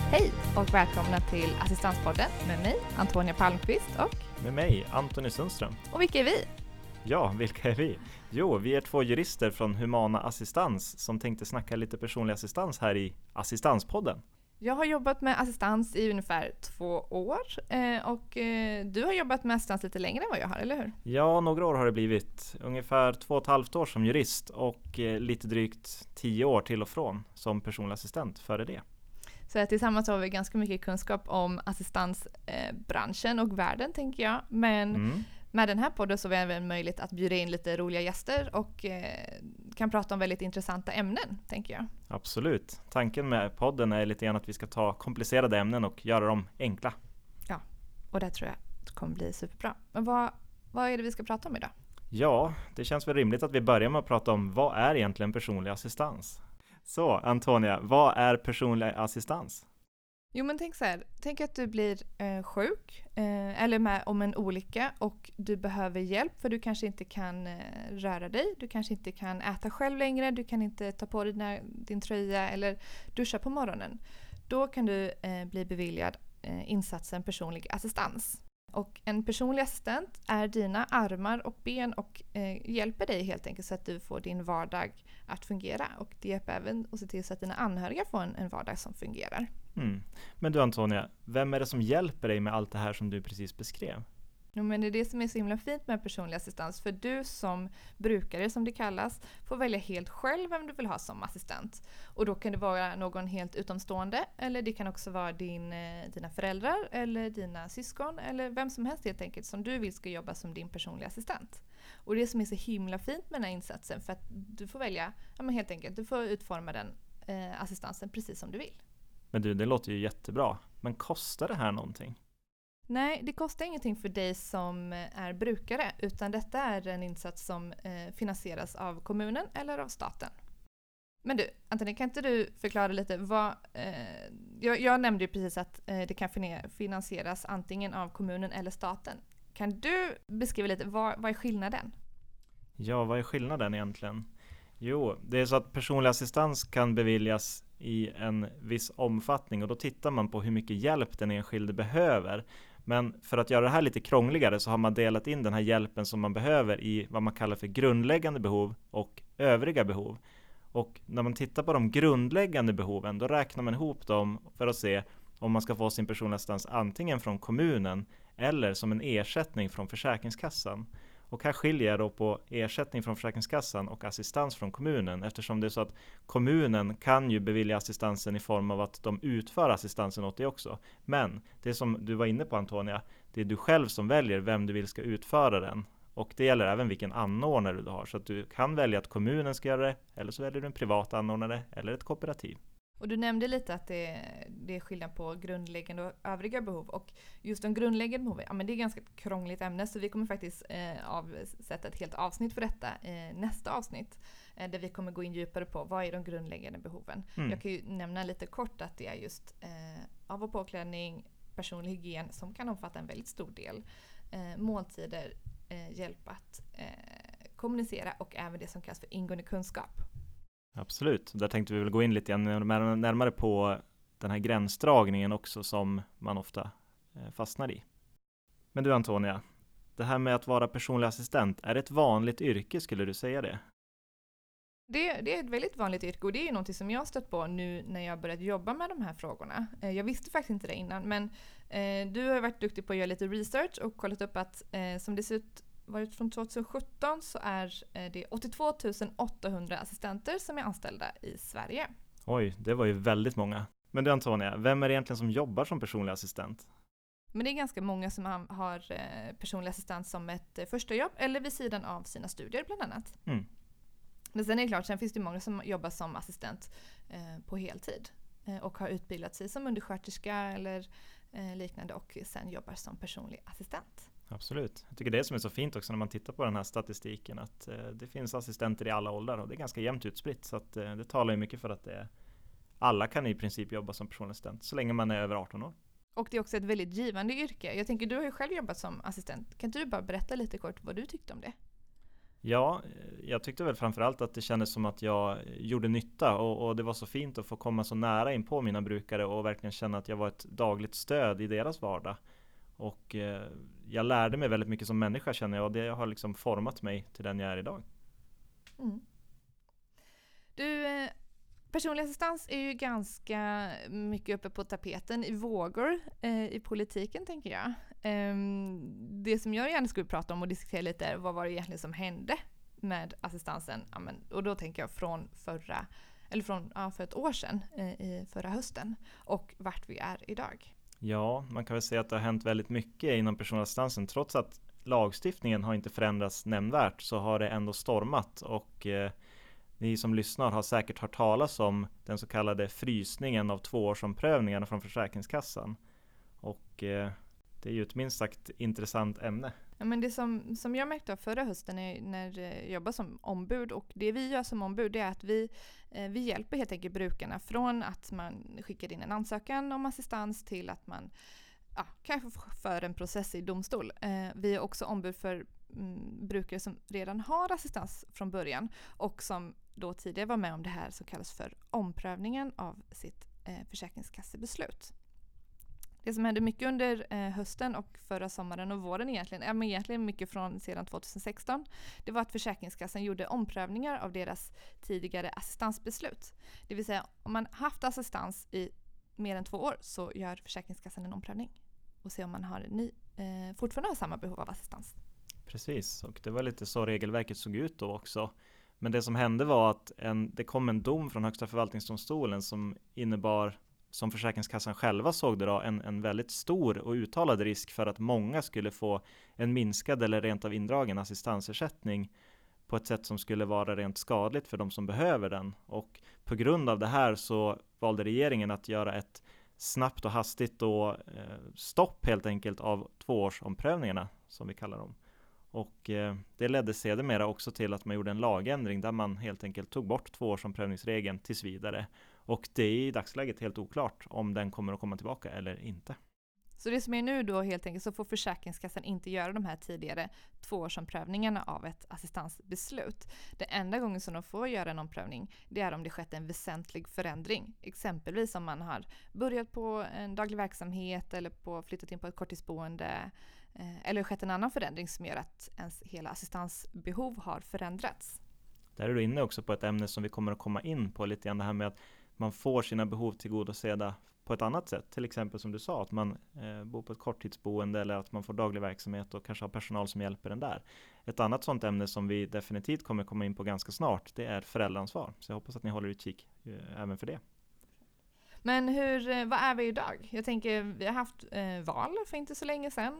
Hej och välkomna till Assistanspodden med mig, Antonia Palmqvist och med mig, Antoni Sundström. Och vilka är vi? Ja, vilka är vi? Jo, vi är 2 jurister från Humana Assistans som tänkte snacka lite personlig assistans här i Assistanspodden. Jag har jobbat med assistans i ungefär 2 år och du har jobbat med assistans lite längre än vad jag har, eller hur? Ja, några år har det blivit. Ungefär 2,5 år som jurist och lite drygt 10 år till och från som personlig assistent före det. Så tillsammans har vi ganska mycket kunskap om assistansbranschen och världen, tänker jag. Men med den här podden så har vi även möjlighet att bjuda in lite roliga gäster och kan prata om väldigt intressanta ämnen, tänker jag. Absolut. Tanken med podden är lite grann att vi ska ta komplicerade ämnen och göra dem enkla. Ja, och det tror jag kommer bli superbra. Men vad är det vi ska prata om idag? Ja, det känns väl rimligt att vi börjar med att prata om vad är egentligen personlig assistans? Så Antonia, vad är personlig assistans? Jo, men tänk så här. Tänk att du blir sjuk eller med om en olycka och du behöver hjälp för du kanske inte kan röra dig. Du kanske inte kan äta själv längre. Du kan inte ta på dig din tröja eller duscha på morgonen. Då kan du bli beviljad insatsen personlig assistans. Och en personlig assistent är dina armar och ben och hjälper dig helt enkelt så att du får din vardag att fungera. Och det hjälper även att se till så att dina anhöriga får en vardag som fungerar. Men du Antonia, vem är det som hjälper dig med allt det här som du precis beskrev? Jo, men det är det som är så himla fint med personlig assistans. För du som brukare, som det kallas, får välja helt själv vem du vill ha som assistent. Och då kan det vara någon helt utomstående. Eller det kan också vara dina föräldrar eller dina syskon. Eller vem som helst helt enkelt som du vill ska jobba som din personliga assistent. Och det som är så himla fint med den här insatsen. För att du får välja, men helt enkelt, du får utforma den assistansen precis som du vill. Men du, det låter ju jättebra. Men kostar det här någonting? Nej, det kostar ingenting för dig som är brukare, utan detta är en insats som finansieras av kommunen eller av staten. Men du, Antoni, kan inte du förklara lite jag nämnde ju precis att det kan finansieras antingen av kommunen eller staten. Kan du beskriva lite, vad är skillnaden? Ja, vad är skillnaden egentligen? Jo, det är så att personlig assistans kan beviljas i en viss omfattning och då tittar man på hur mycket hjälp den enskilde behöver. Men för att göra det här lite krångligare så har man delat in den här hjälpen som man behöver i vad man kallar för grundläggande behov och övriga behov. Och när man tittar på de grundläggande behoven då räknar man ihop dem för att se om man ska få sin personliga assistans antingen från kommunen eller som en ersättning från Försäkringskassan. Och här skiljer jag då på ersättning från Försäkringskassan och assistans från kommunen eftersom det är så att kommunen kan ju bevilja assistansen i form av att de utför assistansen åt dig också. Men det som du var inne på Antonia, det är du själv som väljer vem du vill ska utföra den. Och det gäller även vilken anordnare du har så att du kan välja att kommunen ska göra det eller så väljer du en privat anordnare eller ett kooperativ. Och du nämnde lite att det är skillnad på grundläggande och övriga behov. Och just de grundläggande behoven, men det är ett ganska krångligt ämne så vi kommer faktiskt avsätta ett helt avsnitt för detta nästa avsnitt. Där vi kommer gå in djupare på vad är de grundläggande behoven. Jag kan ju nämna lite kort att det är just av- och påklädning, personlig hygien som kan omfatta en väldigt stor del. Måltider, hjälp att kommunicera och även det som kallas för ingående kunskap. Absolut, där tänkte vi väl gå in lite närmare på den här gränsdragningen också som man ofta fastnar i. Men du Antonia, det här med att vara personlig assistent, är det ett vanligt yrke skulle du säga det? Det är ett väldigt vanligt yrke och det är ju något som jag har stött på nu när jag börjat jobba med de här frågorna. Jag visste faktiskt inte det innan men du har varit duktig på att göra lite research och kollat upp att som det ser ut varit från 2017 så är det 82 800 assistenter som är anställda i Sverige. Oj, det var ju väldigt många. Men du Antonia, vem är det egentligen som jobbar som personlig assistent? Men det är ganska många som har personlig assistent som ett första jobb eller vid sidan av sina studier bland annat. Men sen är det klart, sen finns det många som jobbar som assistent på heltid och har utbildat sig som undersköterska eller liknande och sen jobbar som personlig assistent. Absolut. Jag tycker det som är så fint också när man tittar på den här statistiken att det finns assistenter i alla åldrar och det är ganska jämnt utspritt så att det talar ju mycket för att alla kan i princip jobba som personlig assistent så länge man är över 18 år. Och det är också ett väldigt givande yrke. Jag tänker, du har ju själv jobbat som assistent. Kan du bara berätta lite kort vad du tyckte om det? Ja, jag tyckte väl framförallt att det kändes som att jag gjorde nytta och det var så fint att få komma så nära in på mina brukare och verkligen känna att jag var ett dagligt stöd i deras vardag. Och jag lärde mig väldigt mycket som människa, känner jag, och det har liksom format mig till den jag är idag. Mm. Du, personlig assistans är ju ganska mycket uppe på tapeten i vågor i politiken, tänker jag. Det som jag gärna skulle prata om och diskutera lite är vad var det egentligen som hände med assistansen. Och då tänker jag för ett år sedan, i förra hösten, och vart vi är idag. Ja, man kan väl säga att det har hänt väldigt mycket inom personlig assistansen. Trots att lagstiftningen har inte förändrats nämnvärt så har det ändå stormat, och ni som lyssnar har säkert hört talas om den så kallade frysningen av 2-årsomprövningarna från Försäkringskassan. Och det är ju ett minst sagt intressant ämne. Ja, men det som jag märkte av förra hösten är när jag jobbar som ombud, och det vi gör som ombud är att vi hjälper helt enkelt brukarna från att man skickar in en ansökan om assistans till att man kanske för en process i domstol. Vi är också ombud för brukare som redan har assistans från början och som då tidigare var med om det här som kallas för omprövningen av sitt försäkringskassebeslut. Det som hände mycket under hösten och förra sommaren och våren egentligen mycket från sedan 2016, det var att Försäkringskassan gjorde omprövningar av deras tidigare assistansbeslut. Det vill säga, om man haft assistans i mer än 2 år så gör Försäkringskassan en omprövning och ser om man fortfarande har samma behov av assistans. Precis, och det var lite så regelverket såg ut då också. Men det som hände var att det kom en dom från Högsta förvaltningsdomstolen som innebar, som Försäkringskassan själva såg det då, en väldigt stor och uttalad risk för att många skulle få en minskad eller rent av indragen assistansersättning på ett sätt som skulle vara rent skadligt för de som behöver den. Och på grund av det här så valde regeringen att göra ett snabbt och hastigt stopp helt enkelt av 2-årsomprövningarna som vi kallar dem. Och det ledde sedermera också till att man gjorde en lagändring där man helt enkelt tog bort 2-årsomprövningsregeln tills vidare. Och det är i dagsläget helt oklart om den kommer att komma tillbaka eller inte. Så det som är nu då helt enkelt, så får Försäkringskassan inte göra de här tidigare 2-årsomprövningarna av ett assistansbeslut. Det enda gången som de får göra en omprövning, det är om det skett en väsentlig förändring. Exempelvis om man har börjat på en daglig verksamhet eller flyttat in på ett korttidsboende, eller skett en annan förändring som gör att ens hela assistansbehov har förändrats. Där är du inne också på ett ämne som vi kommer att komma in på lite grann, det här med att man får sina behov tillgodosedda på ett annat sätt. Till exempel som du sa, att man bor på ett korttidsboende eller att man får daglig verksamhet och kanske har personal som hjälper en där. Ett annat sådant ämne som vi definitivt kommer komma in på ganska snart, det är föräldraansvar. Så jag hoppas att ni håller utkik även för det. Men vad är vi idag? Jag tänker, vi har haft val för inte så länge sedan.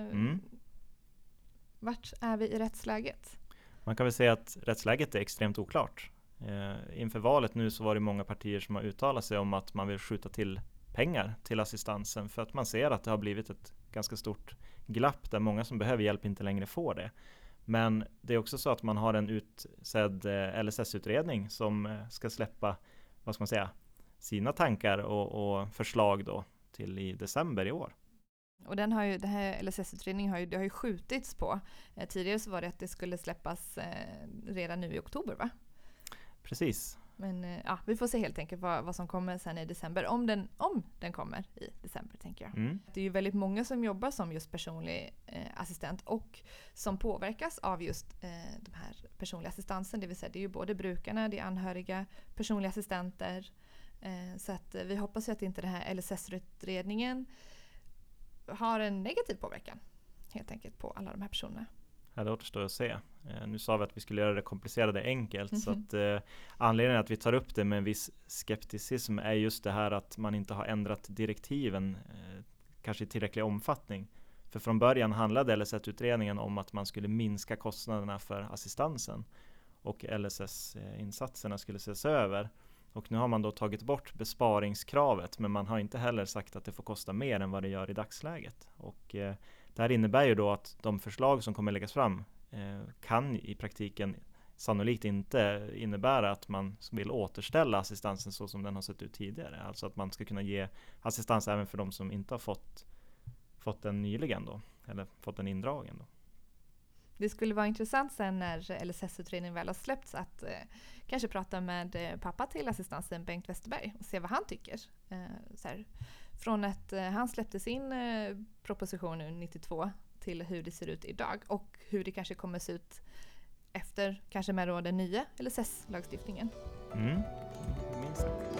Vart är vi i rättsläget? Man kan väl säga att rättsläget är extremt oklart. Inför valet nu så var det många partier som har uttalat sig om att man vill skjuta till pengar till assistansen för att man ser att det har blivit ett ganska stort glapp där många som behöver hjälp inte längre får det. Men det är också så att man har en utsedd LSS-utredning som ska släppa, sina tankar och förslag då till i december i år. Och den här LSS-utredningen har ju skjutits på. Tidigare så var det att det skulle släppas redan nu i oktober, va? Precis. Men vi får se helt enkelt vad som kommer sen i december. Om den kommer i december, tänker jag. Det är ju väldigt många som jobbar som just personlig assistent och som påverkas av just de här personliga assistansen. Det vill säga, det är ju både brukarna, det är anhöriga, personliga assistenter. Så att vi hoppas ju att inte den här LSS-utredningen har en negativ påverkan helt enkelt på alla de här personerna. Ja, det återstår att se. Nu sa vi att vi skulle göra det komplicerade enkelt. Så att anledningen att vi tar upp det med en viss skepticism är just det här att man inte har ändrat direktiven kanske i tillräcklig omfattning. För från början handlade LSS-utredningen om att man skulle minska kostnaderna för assistansen och LSS-insatserna skulle ses över. Och nu har man då tagit bort besparingskravet, men man har inte heller sagt att det får kosta mer än vad det gör i dagsläget. Och det här innebär ju då att de förslag som kommer läggas fram kan i praktiken sannolikt inte innebära att man vill återställa assistansen så som den har sett ut tidigare. Alltså att man ska kunna ge assistans även för de som inte har fått den nyligen då, eller fått den indragen då. Det skulle vara intressant sen när LSS-utredningen väl har släppts att kanske prata med pappa till assistansen Bengt Westerberg och se vad han tycker. Så här, från att han släppte sin proposition nu 92 till hur det ser ut idag och hur det kanske kommer se ut efter kanske med då den nya LSS-lagstiftningen. Minst sagt.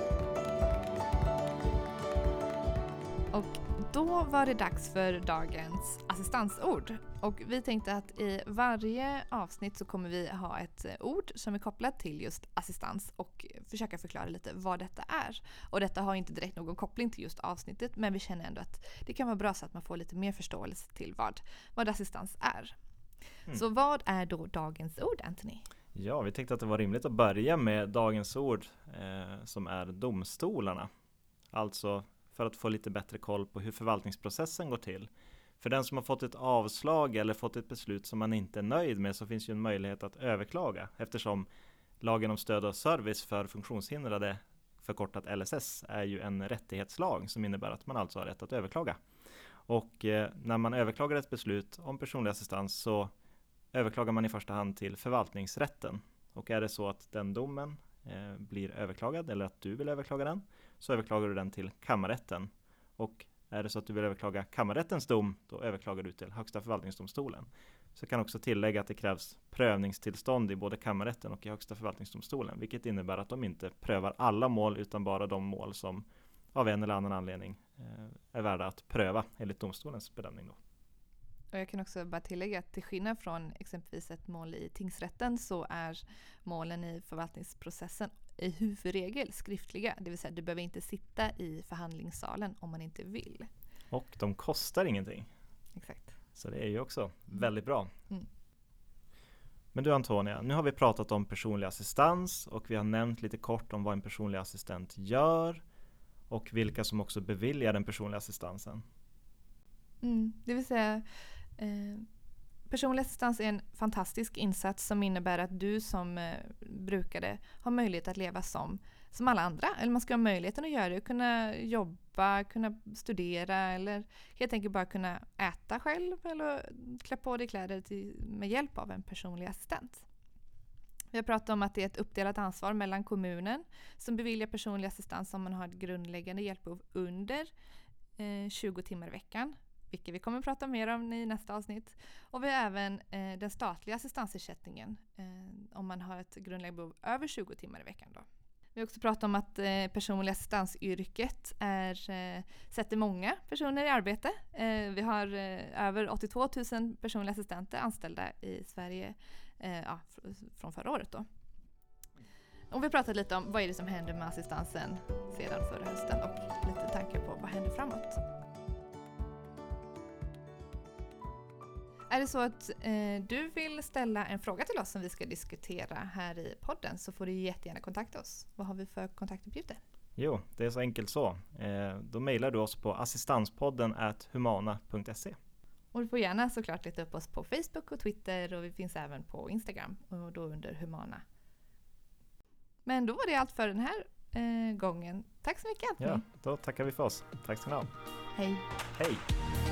Och då var det dags för dagens assistansord. Och vi tänkte att i varje avsnitt så kommer vi ha ett ord som är kopplat till just assistans och försöka förklara lite vad detta är. Och detta har inte direkt någon koppling till just avsnittet, men vi känner ändå att det kan vara bra så att man får lite mer förståelse till vad assistans är. Så vad är då dagens ord, Anthony? Ja, vi tänkte att det var rimligt att börja med dagens ord som är domstolarna. Alltså för att få lite bättre koll på hur förvaltningsprocessen går till. För den som har fått ett avslag eller fått ett beslut som man inte är nöjd med så finns ju en möjlighet att överklaga eftersom lagen om stöd och service för funktionshindrade, förkortat LSS, är ju en rättighetslag som innebär att man alltså har rätt att överklaga. Och när man överklagar ett beslut om personlig assistans så överklagar man i första hand till förvaltningsrätten. Och är det så att den domen blir överklagad eller att du vill överklaga den så överklagar du den till kammarrätten. Och är det så att du vill överklaga kammarrättens dom då överklagar du till Högsta förvaltningsdomstolen. Så jag kan också tillägga att det krävs prövningstillstånd i både kammarrätten och i Högsta förvaltningsdomstolen, vilket innebär att de inte prövar alla mål utan bara de mål som av en eller annan anledning är värda att pröva enligt domstolens bedömning då. Och jag kan också bara tillägga att till skillnad från exempelvis ett mål i tingsrätten så är målen i förvaltningsprocessen i huvudregel skriftliga. Det vill säga du behöver inte sitta i förhandlingssalen om man inte vill. Och de kostar ingenting. Exakt. Så det är ju också väldigt bra. Men du Antonia, nu har vi pratat om personlig assistans och vi har nämnt lite kort om vad en personlig assistent gör och vilka som också beviljar den personliga assistansen. Det vill säga personlig assistans är en fantastisk insats som innebär att du som brukare har möjlighet att leva som alla andra. Eller man ska ha möjligheten att göra det, kunna jobba, kunna studera eller helt enkelt bara kunna äta själv eller klä på dig kläder med hjälp av en personlig assistent. Vi har pratat om att det är ett uppdelat ansvar mellan kommunen som beviljar personlig assistans om man har ett grundläggande hjälpbehov under 20 timmar i veckan. Vilket vi kommer att prata mer om i nästa avsnitt. Och vi har även den statliga assistansersättningen om man har ett grundläggande behov över 20 timmar i veckan. Då. Vi har också pratat om att personliga assistansyrket sätter många personer i arbete. Vi har över 82 000 personliga assistenter anställda i Sverige från förra året. Då. Och vi har pratat lite om vad är det som händer med assistansen sedan förra hösten och lite tankar på vad händer framåt. Är det så att du vill ställa en fråga till oss som vi ska diskutera här i podden så får du jättegärna kontakta oss. Vad har vi för kontaktuppgifter? Jo, det är så enkelt så. Då mejlar du oss på assistanspodden@humana.se. Och du får gärna såklart leta upp oss på Facebook och Twitter och vi finns även på Instagram och då under Humana. Men då var det allt för den här gången. Tack så mycket Anthony. Ja, då tackar vi för oss. Tack ska ni ha. Hej. Hej.